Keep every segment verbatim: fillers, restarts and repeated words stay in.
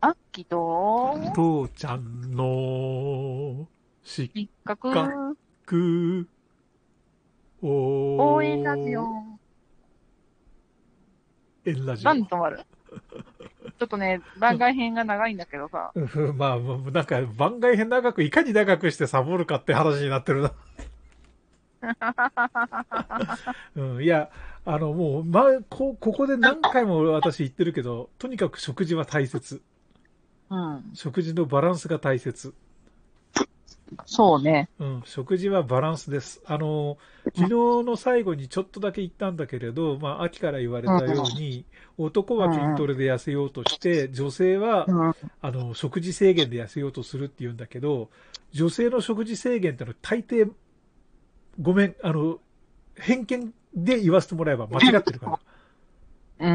あっきと、 父ちゃんの、失失格、 格、 応援ラジオ。 おエンラジオ。 なんで止まる？ちょっとね、番外編が長いんだけどさ。 うん、まあ、もうなんか番外編長く、いかに長くしてサボるかって話になってるな。うん、いや、あの、もう、ま、こ、ここで何回も私言ってるけど、とにかく食事は大切。 うん。 食事のバランスが大切。 そうね。 うん、食事はバランスです。あの、昨日の最後にちょっとだけ言ったんだけれど、まあ、秋から言われうん。 たように、男は筋うん。 トレで痩せようとして、女性は、 うん。 あの、食事制限で痩せようとするって言うんだけど、女性の食事制限ってのは大抵、ごめん、あの、偏見で言わせてもらえば間違ってるから。 うん。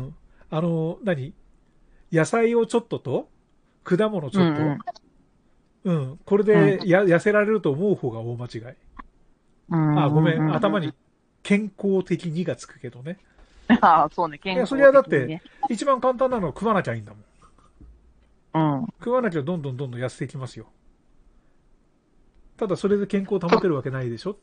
うん。あの、何野菜をちょっとと、果物ちうん。 ょっと、うん。これうん。 でや痩せられると思う方が大間違い。 うあ、ごめん。 ん。 頭に健康的にがつくけどね。 ああ、そうね。 いや、それ健康はだって、 的にね。 一番簡単なのは食わなきゃいいんだもん。 うん。 食わなきゃどんどんどんどん痩せていきますよ。ただそれで健康を保てるわけないでしょって。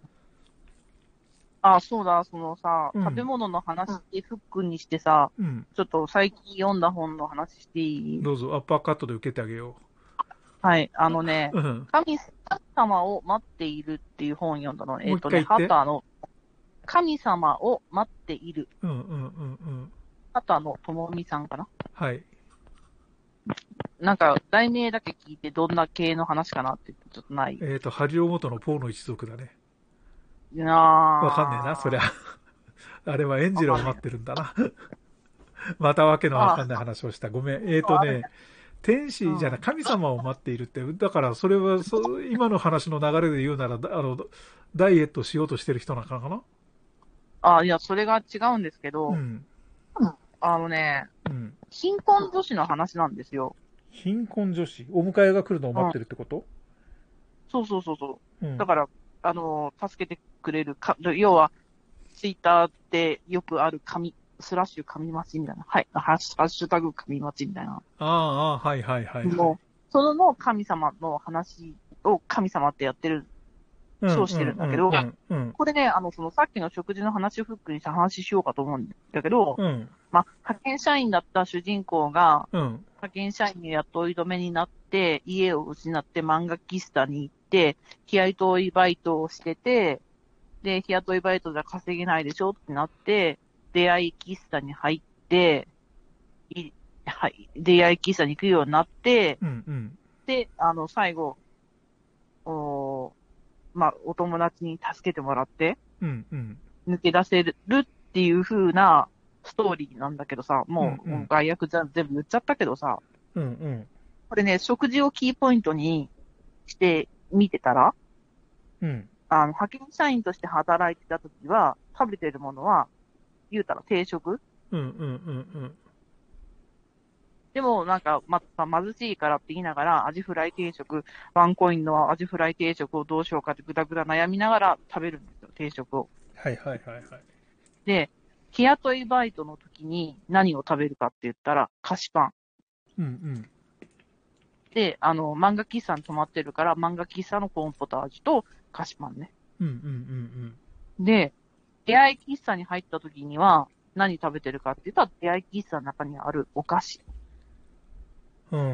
ああ、そうだ。そのさ、食べうん。 物の話でフックにしてさ、 うん。 ちょっと最近読んだ本の話していい？ どうぞ、アッパーカットで受けてあげよはい。あのね、 う。うん。 神様を待っているっていう本を読んだの。えもう一っとね、 回言って。 ハタの神様を待っている。 うんうんうんうん。 ハタのともみさんかな。 はい。 なんか、題名だけ聞いてどんな系の話かなってちょっとない。 えっ、ー、と、ハリオ元のポーの一族だね。 いやー、 わかんねえな、そりゃ。 わあれはエンジェルを待っかんない。 てるんだな。またわけのわかんないあ話をした。ごめん。えっ、ー、とあ、あるね、 ね。 天うん。 使じゃない、神様を待っているって、だからそれはそ、今の話の流れで言うなら、あの、ダイエットしようとしてる人なのかな。 あ、いや、それが違うんですけど、 うん。 あのね、 うん。 貧困女子の話なんですよ。 貧困女子。お迎えが来るのを待っうん。 てるってこと？ そうそうそうそう。 うん。 だから、あのー助けてくれるか、要は、ツイッターでよくある紙、スラッシュ紙待ちみたいな。はい。ハッシュハッシュタグ紙待ちみたいな。 ああ、はいはいはいはい。 もう、そのの神様の話を神様ってやってる、 うんうそうしてるんだけど、 んうんうんうん。 これね、あの、そのさっきの食事の話をフックにした話しようかと思うんだけど、 うん。 まあ、派遣社員だった主人公が、 うん。 派遣社員に雇い止めになって、家を失って漫画喫茶に行って、日雇いバイトをしてて、で、日雇いバイトじゃ稼げないでしょってなって、出会い喫茶に入って、いはい、出会い喫茶に行くようになって、 うんうん。 で、あの、最後、おまあ、お友達に助けてもらって、 うんうん。 抜け出せるっていう風なストーリーなんだけどさ、もう、 うんうん。 外役じゃ全部言っちゃったけどさ、 うんうん。 これね、食事をキーポイントにして見てたら、 うん。 あの、派遣社員として働いてた時は、食べてるものは、言うたら定食うんうんうんでも、なんか、ま、ま貧しいからって言いながら、アジフライ定食、ワンコインのアジフライ定食をどうしようかってぐだぐだ悩みながら食べるんですよ、定食を。 はいはいはいはい。 で、日雇いバイトの時に何を食べるかって言ったら、菓子パン。 うんうん。 で、あの、漫画喫茶に泊まってるから、漫画喫茶のコーンポタージュと菓子パンね。 うんうんうんで、出会い喫茶に入った時には、何食べてるかって言ったら、出会い喫茶の中にあるお菓子。 うん。うん。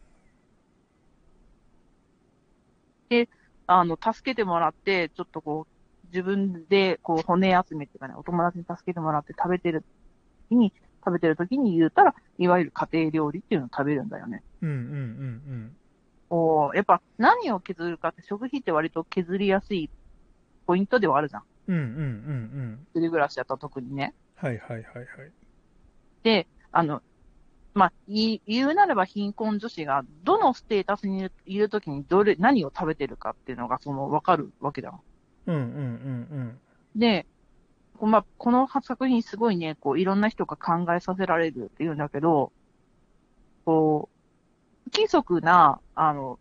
で、あの、助けてもらって、ちょっとこう、自分で、こう、骨集めっていうかね、お友達に助けてもらって食べてる時に、食べてる時に言うたら、いわゆる家庭料理っていうのを食べるんだよね。 うんうんうんおーやっぱ、何を削るかって、食費って割と削りやすいポイントではあるじゃん。 うん。うんうんうんうん。 一人暮らしだったら特にね。 はいはいはいはい。 で、あの、まあ、言い言うなれば貧困女子が、どのステータスにいるいる時にどれ、何を食べてるかっていうのが、その、わかるわけだ。 うんうんうんで、こうまあ、この作品すごいね、こう、いろんな人が考えさせられるっていうんだけど、こう、不規則な、あの、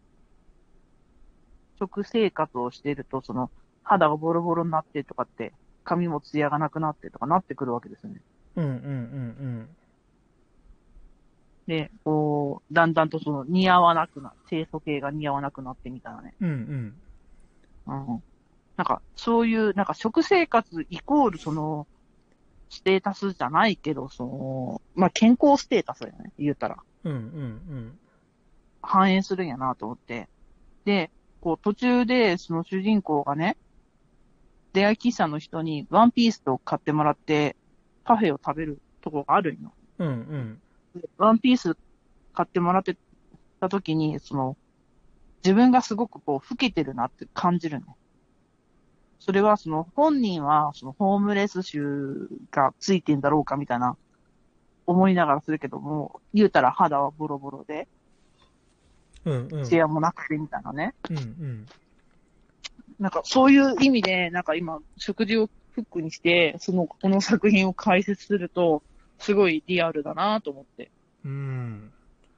食生活をしていると、その、肌がボロボロになってとかって、髪もツヤがなくなってとかなってくるわけですよね。 うん。うんうんうんうん。 で、こう、だんだんとその似合わなくな、清楚系が似合わなくなってみたいなね。 うんうん。 うん。なんか、そういう、なんか食生活イコールその、ステータスじゃないけど、その、まあ、健康ステータスだよね、言うたら。 うんうん反映するんやなと思って。で、こう途中でその主人公がね、出会い喫茶の人にワンピースと買ってもらってパフェを食べるとこがあるんよ。 うん。うんでワンピース買ってもらってた時に、その、自分がすごくこう、老けてるなって感じるの。それはその本人はそのホームレス臭がついてんだろうかみたいな思いながらするけども、言うたら肌はボロボロで、 うん。うんうん。 ツヤもなくてみたいなね。 うんうん。 なんかそういう意味で、なんか今、食事をフックにして、その、この作品を解説すると、すごいリアルだなと思って。 うん。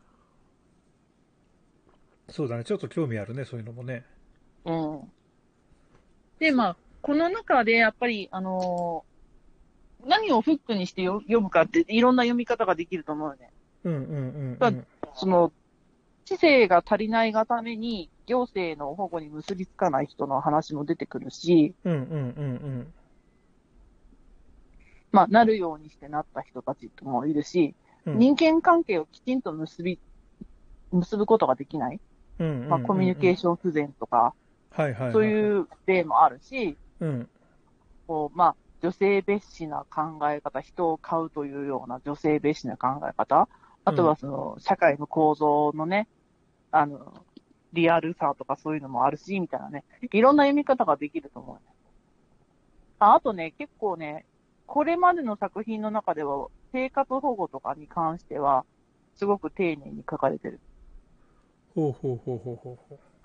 そうだね。ちょっと興味あるね、そういうのもね。 うん。で、まあ、この中でやっぱり、あのー何をフックにしてよ読むかっていろんな読み方ができると思うよね。 うんうんうんうまあん。 その、知性が足りないがために、行政の保護に結びつかない人の話も出てくるし、 うんうんうんまあ、なるようにしてなった人たちもいるし、 うん。 人間関係をきちんと結び、結ぶことができない。 うんうんうんうん。 まあ、コミュニケーション不全とか、 はいはいはいはい。 そういう例もあるし、 うん。 こう、まあ、女性蔑視な考え方、人を買うというような女性蔑視な考え方、あとうん。 はその、社会の構造のね、あの、リアルさとかそういうのもあるし、みたいなね、いろんな読み方ができると思うね。ああとね、結構ね、これまでの作品の中では、生活保護とかに関しては、すごく丁寧に書かれてる。 ほうほうほうほうほうほう。 うん。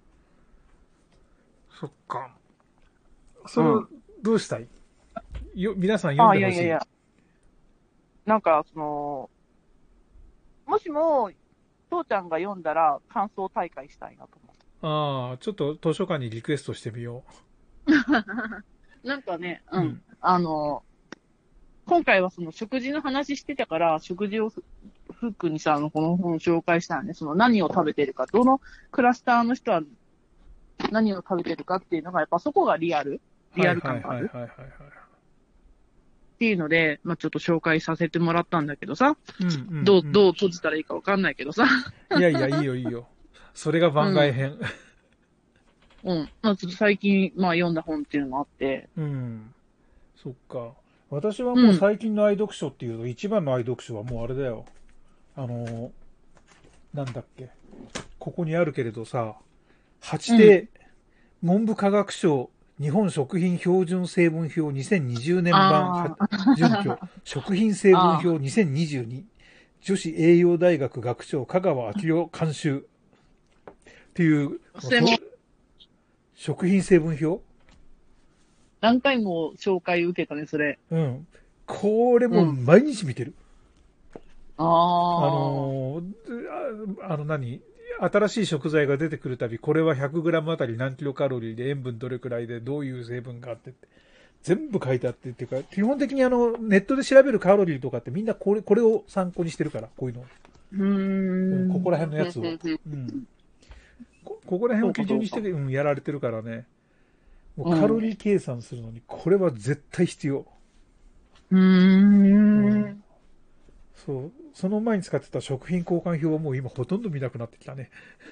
そっか。それをうん。 どうしたいよ、皆さん読んああ、 でほしい。 いやいやいや。なんか、その、もしも、父ちゃんが読んだら感想大会したいなと思う。 ああ、ちょっと図書館にリクエストしてみよなんかね、うう。うん。 ん。 あの、今回はその食事の話してたから、食事をフフックにさ、あの、この本を紹介したんで、その何を食べてるか、どのクラスターの人は何を食べてるかっていうのが、やっぱそこがリアル、リアルはいはい感があるはいはいはいはい。 っていうので、まあちょっと紹介させてもらったんだけどさ、 うんうんどう、 うん。 どう閉じたらいいかわかんないけどさ、 いやいや、いいよいいよ。それがうん、 番外編。 うん。まあちょっと最近、まあ読んだ本っていうのもあって、 うん。そっか。私はもううん、 最近の愛読書っていうと、一番の愛読書はもうあれだよ。あの、なんだっけ。ここにあるけれどさ、はちうん。 で文部科学省日本食品標準成分表にせんにじゅうねん版はああ、 準拠食品成分ああ、 表にせんにじゅうに女子栄養大学学長香川明夫監修っていう、 それも食品成分表。 何回も紹介受けたね、それ。 うん。これうん。 もう毎日見てる。 あああ、 のーああの何新しい食材が出てくるたび、これは ひゃくグラム あたり何キロカロリーで塩分どれくらいでどういう成分があってって、全部書いてあってっていうか、基本的にあの、ネットで調べるカロリーとかってみんなこれ、これを参考にしてるから、こういうの。 うーうん、こん。 こら辺のやつを。 ふんふんふんうん。こ、ここら辺をそうか、 基準にして、 そうか。 うん、やられてるからね。もううん。うカロリー計算するのに、これは絶対必要。 ーうん。 ん。 そう。その前に使ってた食品交換表はもう今ほとんど見なくなってきたね。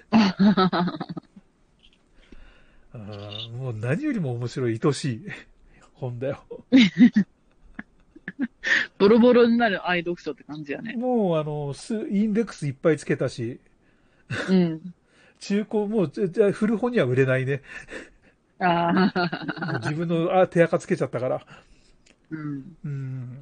あーもう何よりも面白い、愛しい本だよ。 ボロボロになる愛読書って感じやね。 もうあの、スインデックスいっぱいつけたし、 うん。 中古、もう、じゃ、じゃ古本には売れないね。 あもう自あ。 分の、あ、手垢つけちゃったから。 うん。 うん。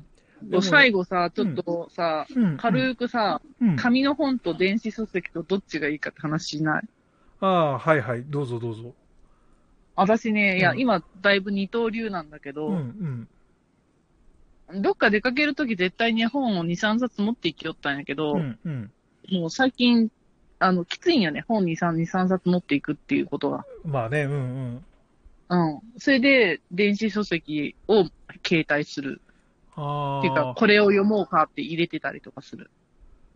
でこうも、 最後さ、ちょっうん、 とさ、 うん、うん、 軽くさ、 うん。 紙の本と電子書籍とどっちがいいかって話しない？ ああ、はいはい、どうぞどうぞ。 私ね、いや、 うん、 今、だいぶ二刀流なんだけうん、うど、 ん、 どっか出かけるとき絶対に本をに、さんさつ持って行きよったんやけど、 うん、うん。 もう最近、あの、きついんやね。本に、さん、に、さんさつ持っていくっていうことが。 まあね、うん、うん。 うん。それで、電子書籍を携帯する。っていうか、 ああ、 これを読もうかって入れてたりとかする。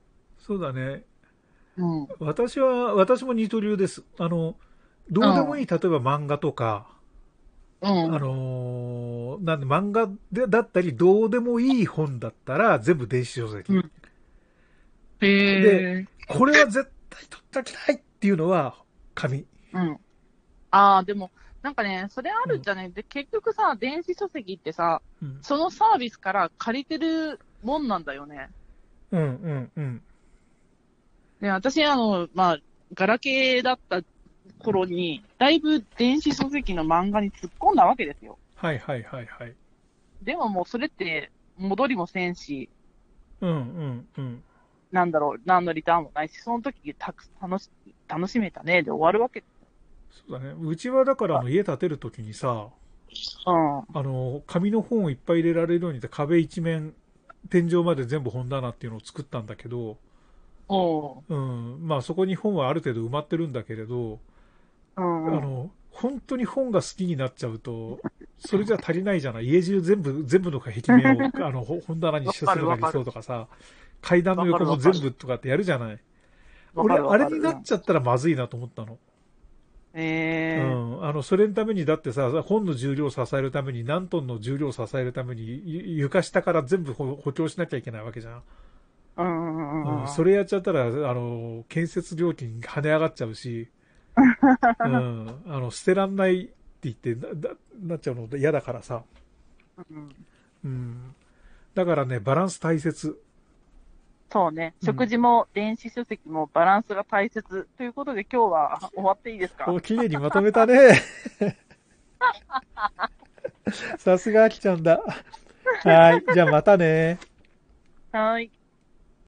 そうだね。 うん。 私は、私も二刀流です。あの、どうでもいい、例えば漫画とか、 うあん。 のーなんで漫画でだったり、どうでもいい本だったら全部電子書籍。 うん。へで、 え。 これは絶対取っておきたいっていうのは紙。 うん。ああ、でも、なんかね、それあうん。 るじゃね。で、結局さ、電子書籍ってさ、 うん。 そのサービスから借りてるもんなんだよね。 うんうんうん。 で、私、あの、まあ、ガラケーだった頃に、だいぶ電子書籍の漫画に突っ込んだわけですよ。 はいはいはいはい。 でももうそれって戻りもせんし、 うんうんうん。 なんだろう、何のリターンもないし、その時たく楽し、楽しめたね、で終わるわけ。 そうだね。うちはだからあの家建てるときにさ、 うん。 あの、紙の本をいっぱい入れられるようにって壁一面、天井まで全部本棚っていうのを作ったんだけど、 おう。 うん、まあそこに本はある程度埋まってるんだけれど、 うんうん。 あの、本当に本が好きになっちゃうと、それじゃ足りないじゃない。家中全部、全部の壁面を、あの、ほ本棚にわかするのが理るわかる。 想とかさ、階段のわか横もるわかる。 全部とかってやるじゃない。 わか俺、 るわかる。 あれになっうん。 ちゃったらまずいなと思ったの。うええん。あの、それのためにだってさ、本の重量を支えるために、何トンの重量を支えるために、ゆ床下から全部補補強しなきゃいけないわけじゃん。 ー。うんうんううん。 んうん。 それやっちゃったら、あの、建設料金跳ね上がっちゃうし、うん。あの、捨てらんないって言ってな、ななっちゃうので嫌だからさ。 うん。 うん。だからね、バランス大切。 そうね。 うん。 食事も電子書籍もバランスが大切。ということで今日は終わっていいですか？ お、綺麗にまとめたね。さすがあきちゃんだ。はい。じゃあまたね。 はい。